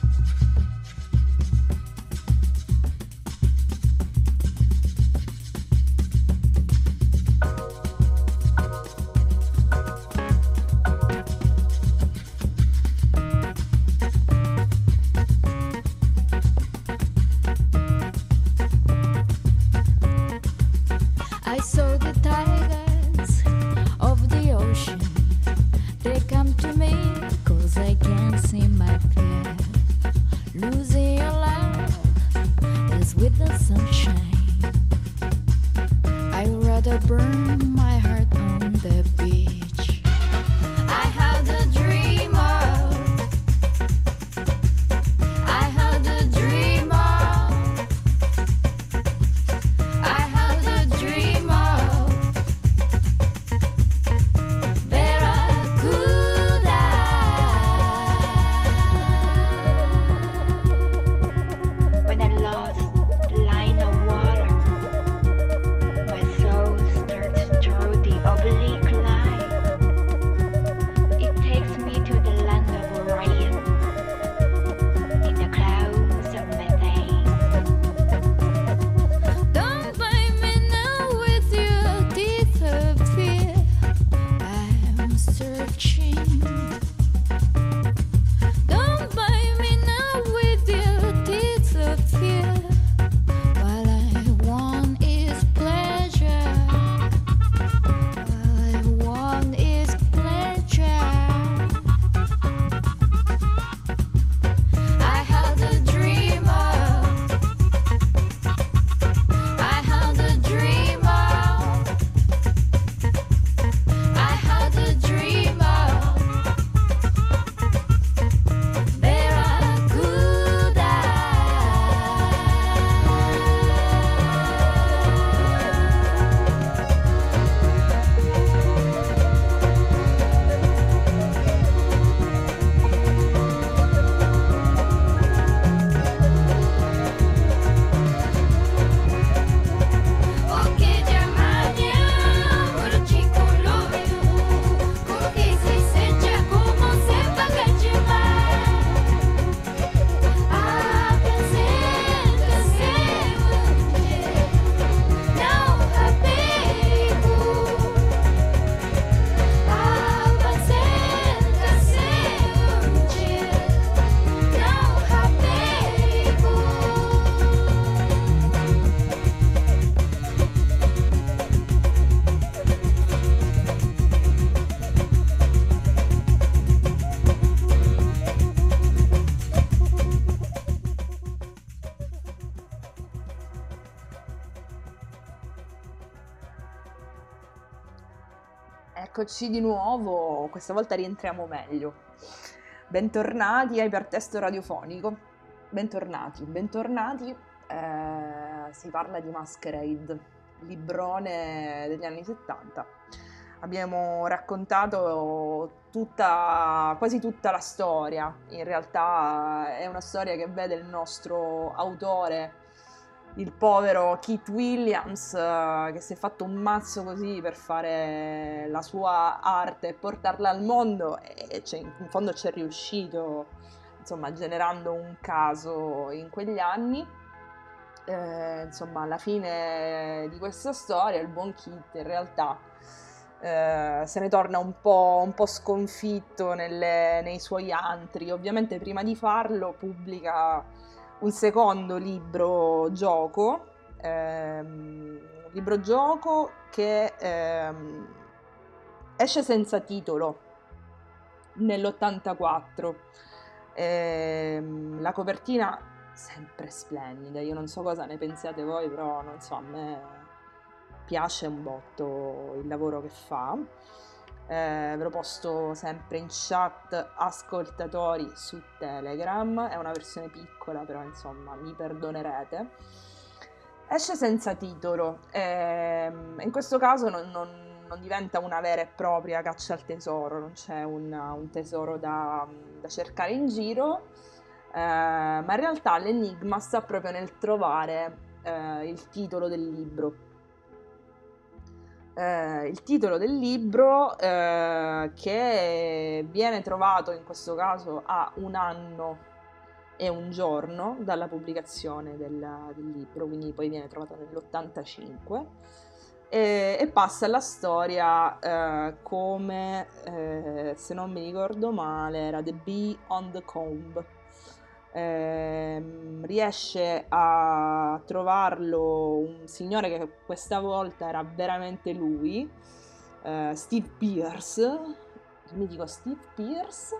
I saw the tigers of the ocean. They come to me 'cause with the sunshine. I'd rather burn my heart on the beach. I had a dream of, I had a dream of, I had a dream of Barracuda. When I lost the line of water, my soul starts through the oblique line. It takes me to the land of Orion, in the clouds of methane. Don't blame me now with your teeth of fear. I'm searching. Don't blame me now with your teeth of fear. All I want is pleasure. All I want is pleasure. I had a dream of, I had a dream of, I had a dream of Barracuda. O che Germania, ora ci colloquio, con che si sente come se bagaggi mai. A presenta sempre, não apego. A presenta sempre, não apego. Eccoci di nuovo, questa volta rientriamo meglio. Bentornati a Ipertesto Radiofonico. Bentornati, bentornati. Eh, si parla di Masquerade, librone degli anni settanta. Abbiamo raccontato tutta, quasi tutta la storia. In realtà è una storia che vede il nostro autore, il povero Keith Williams, eh, che si è fatto un mazzo così per fare la sua arte e portarla al mondo, e c'è- in fondo ci è riuscito, insomma, generando un caso in quegli anni. Eh, insomma, alla fine di questa storia il buon Keith in realtà eh, se ne torna un po', un po' sconfitto nelle- nei suoi antri. Ovviamente prima di farlo pubblica un secondo libro gioco, ehm, un libro gioco che ehm, esce senza titolo nell'ottantaquattro. Ehm, la copertina sempre splendida, io non so cosa ne pensiate voi, però non so, a me piace un botto il lavoro che fa. Eh, ve lo posto sempre in chat, ascoltatori, su Telegram. È una versione piccola, però insomma mi perdonerete. Esce senza titolo. Ehm, in questo caso non, non- non diventa una vera e propria caccia al tesoro, non c'è un, un tesoro da, da cercare in giro, eh, ma in realtà l'enigma sta proprio nel trovare eh, il titolo del libro. Eh, il titolo del libro eh, che viene trovato in questo caso a un anno e un giorno dalla pubblicazione del, del libro, quindi poi viene trovato nell'ottantacinque, e, e passa alla storia eh, come, eh, se non mi ricordo male, era The Bee on the Comb. Ehm, riesce a trovarlo un signore che questa volta era veramente lui, eh, Steve Pierce. Mi dico Steve Pierce.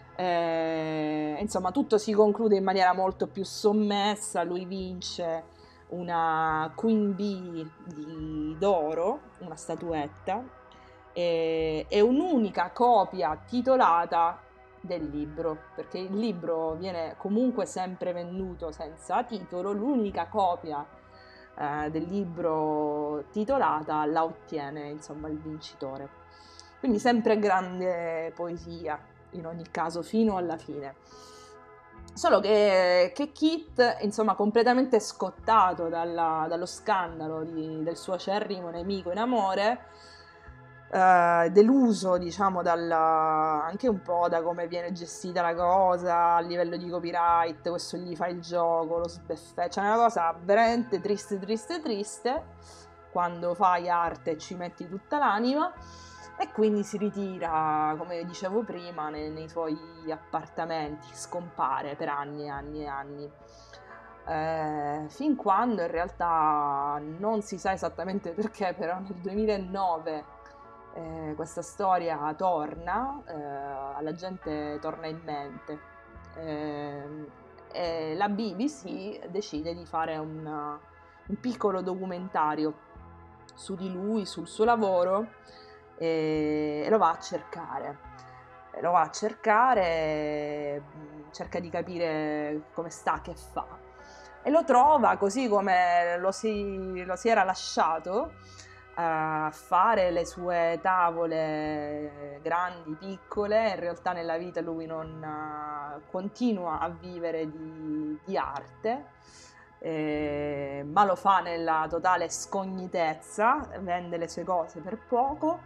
Eh, insomma, tutto si conclude in maniera molto più sommessa. Lui vince una Queen Bee di- d'oro, una statuetta, e, e un'unica copia titolata del libro, perché il libro viene comunque sempre venduto senza titolo, l'unica copia eh, del libro titolata la ottiene, insomma, il vincitore. Quindi sempre grande poesia, in ogni caso, fino alla fine. Solo che, che Kit, insomma, completamente scottato dalla- dallo scandalo di- del suo acerrimo nemico in amore, eh, deluso, diciamo, dalla- anche un po' da come viene gestita la cosa a livello di copyright, questo gli fa il gioco, lo sbeffeggia, cioè è una cosa veramente triste, triste, triste, quando fai arte e ci metti tutta l'anima, e quindi si ritira, come dicevo prima, nei, nei suoi appartamenti, scompare per anni e anni e anni. Eh, fin quando in realtà non si sa esattamente perché, però nel duemilanove eh, questa storia torna, eh, alla gente torna in mente, eh, e la B B C decide di fare una- un piccolo documentario su di lui, sul suo lavoro, e, e lo va a cercare. E Lo va a cercare, mh, cerca di capire come sta, che fa. E lo trova così come lo si, lo si era lasciato, eh, a fare le sue tavole grandi, piccole. In realtà nella vita lui non eh, continua a vivere di, di arte, eh, ma lo fa nella totale scognitezza, vende le sue cose per poco,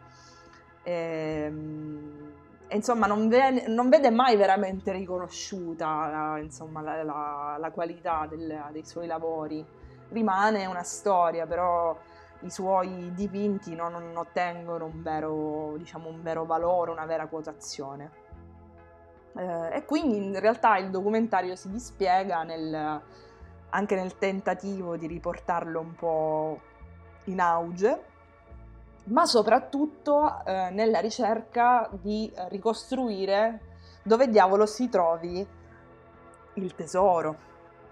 ehm, e insomma non, ve- non vede mai veramente riconosciuta la, insomma, la, la- la qualità del- dei suoi lavori. Rimane una storia, però i suoi dipinti non, non ottengono un vero, diciamo, un vero valore, una vera quotazione. Eh, e quindi in realtà il documentario si dispiega nel, anche nel tentativo di riportarlo un po' in auge, ma soprattutto eh, nella ricerca di eh, ricostruire dove diavolo si trovi il tesoro,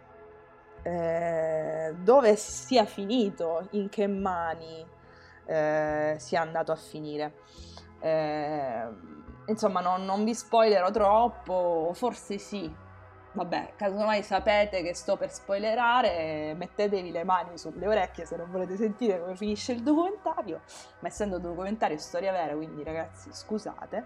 eh, dove sia finito, in che mani eh, sia andato a finire. Eh, insomma, non, non vi spoilerò troppo, forse sì. Vabbè, casomai sapete che sto per spoilerare, mettetevi le mani sulle orecchie se non volete sentire come finisce il documentario, ma essendo un documentario è storia vera, quindi ragazzi scusate.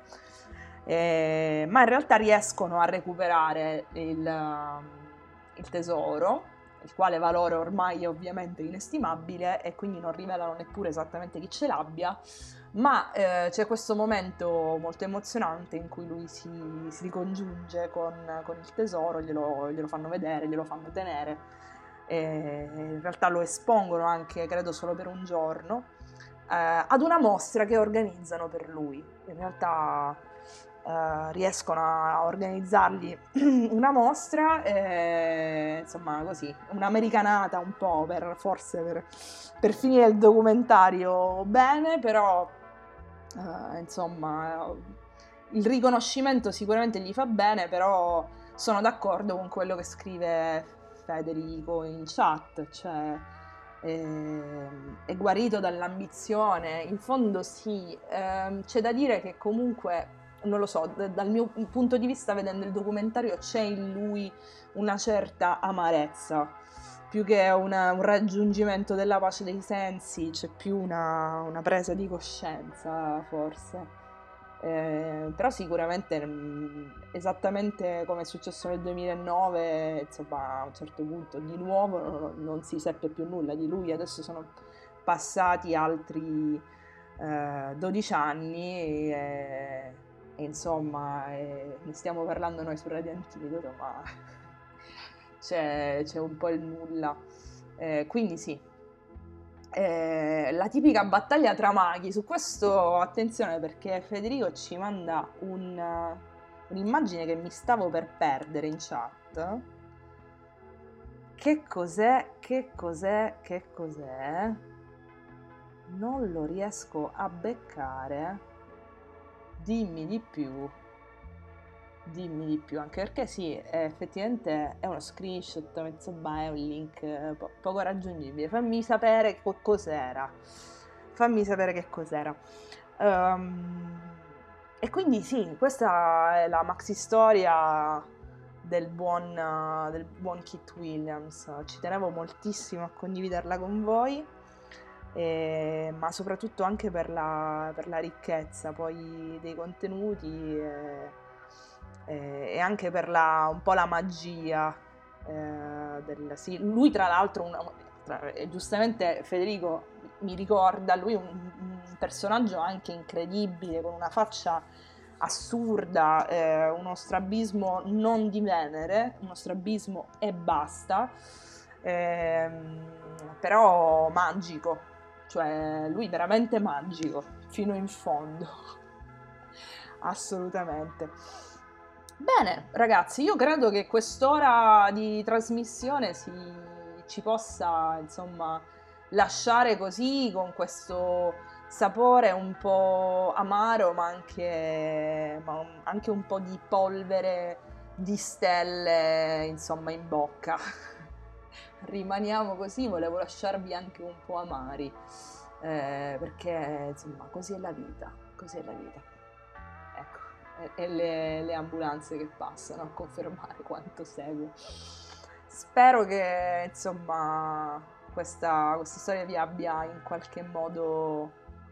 Eh, ma in realtà riescono a recuperare il, um, il tesoro, il quale valore ormai è ovviamente inestimabile, e quindi non rivelano neppure esattamente chi ce l'abbia, ma eh, c'è questo momento molto emozionante in cui lui si, si ricongiunge con, con il tesoro, glielo, glielo fanno vedere, glielo fanno tenere, e in realtà lo espongono anche, credo solo per un giorno, eh, ad una mostra che organizzano per lui. In realtà eh, riescono a organizzargli una mostra, e, insomma così, un'americanata un po' per, forse per, per finire il documentario bene, però eh, insomma il riconoscimento sicuramente gli fa bene, però sono d'accordo con quello che scrive Federico in chat, cioè eh, è guarito dall'ambizione. In fondo sì, ehm, c'è da dire che comunque, non lo so, d- dal mio punto di vista vedendo il documentario c'è in lui una certa amarezza, più che una- un raggiungimento della pace dei sensi, c'è più una, una presa di coscienza forse. Eh, però sicuramente mh, esattamente come è successo nel duemilanove, insomma, a un certo punto di nuovo non, non si seppe più nulla di lui. Adesso sono passati altri eh, dodici anni e, e insomma e ne stiamo parlando noi su Radio Antidoto, ma c'è, c'è un po' il nulla. Eh, quindi sì, eh, la tipica battaglia tra maghi. Su questo attenzione, perché Federico ci manda un, un'immagine che mi stavo per perdere in chat. Che cos'è? Che cos'è? Che cos'è? Non lo riesco a beccare. Dimmi di più. Dimmi di più, anche perché sì, è- effettivamente è uno screenshot, mezzo bio, un link eh, po- poco raggiungibile. Fammi sapere co- cos'era. Fammi sapere che cos'era. Ehm, e quindi sì, questa è la maxi storia del buon, eh, del buon Kit Williams. Ci tenevo moltissimo a condividerla con voi, e- ma soprattutto anche per la, per la ricchezza poi dei contenuti. E, e- e anche per la, un po' la magia eh, del, sì, lui tra l'altro una- tra- eh, giustamente Federico mi ricorda lui un, un personaggio anche incredibile, con una faccia assurda, eh, uno strabismo non di Venere, uno strabismo e basta, ehm, però magico, cioè lui veramente magico fino in fondo. Assolutamente. Bene, ragazzi, io credo che quest'ora di trasmissione si, ci possa, insomma, lasciare così, con questo sapore un po' amaro, ma anche, ma un- anche un po' di polvere di stelle, insomma, in bocca. Rimaniamo così, volevo lasciarvi anche un po' amari, eh, perché, insomma, così è la vita, così è la vita. Ecco, e, e le, le ambulanze che passano a confermare quanto segue. Spero che, insomma, questa, questa storia vi abbia in qualche modo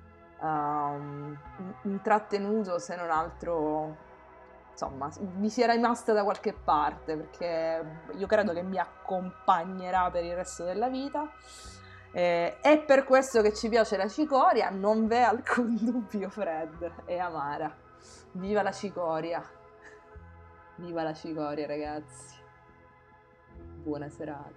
um, intrattenuto, se non altro, insomma, vi sia rimasta da qualche parte, perché io credo che mi accompagnerà per il resto della vita. Eh, è per questo che ci piace la cicoria, non v'è alcun dubbio, Fred e Amara. Viva la cicoria! Viva la cicoria, ragazzi! Buona serata!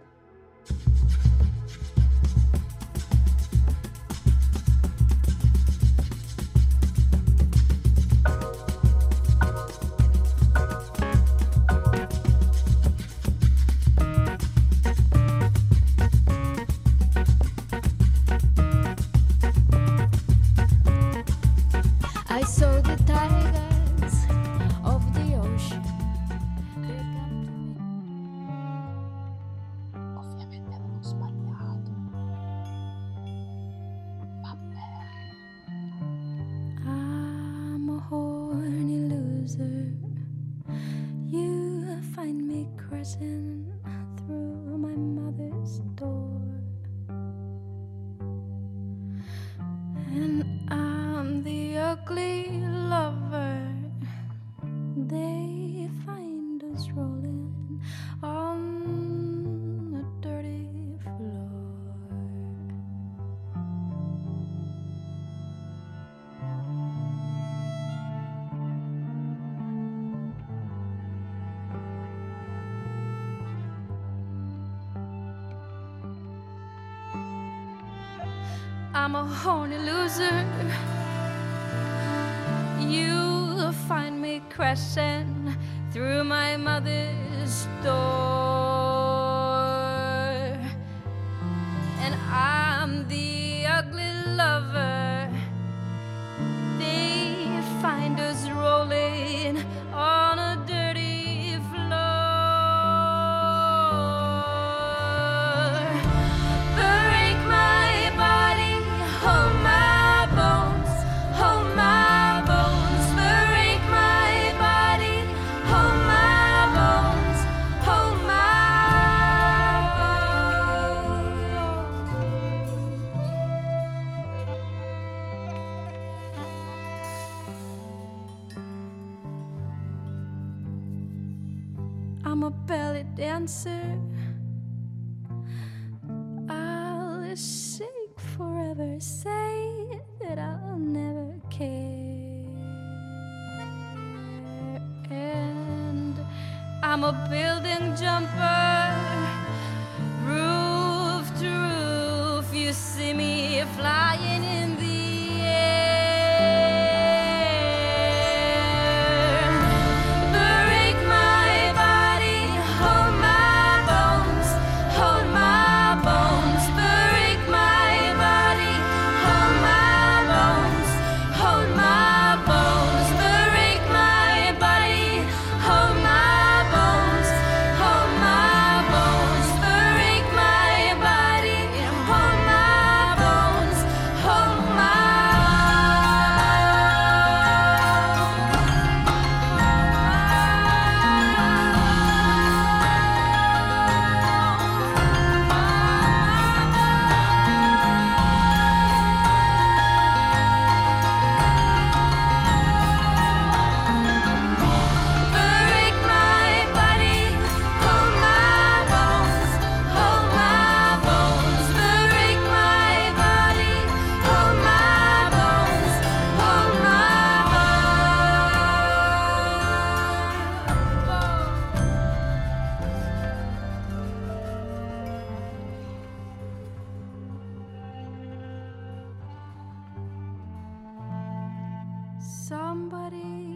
I saw the tigers of the ocean. They come to me. Ovviamente avevo sbagliato. Vabbè. I'm a horny loser. You find me crashing through my mother's door. And I'm the ugly lover. They find us rolling on a dirty floor. I'm a horny loser. You find me crashing through my mother's door. And I'm the ugly lover. They find us rolling on a dirty floor. Break my body, hold my bones, hold my bones. Break my body, hold my bones, hold my bones. I'm a belly dancer. I'll shake forever, say that I'll never care. And I'm a building jumper, roof to roof. You see me flying in the air. Break my body, hold my bones, hold my bones. Break my body, hold my bones, hold my bones. Break my body, hold Somebody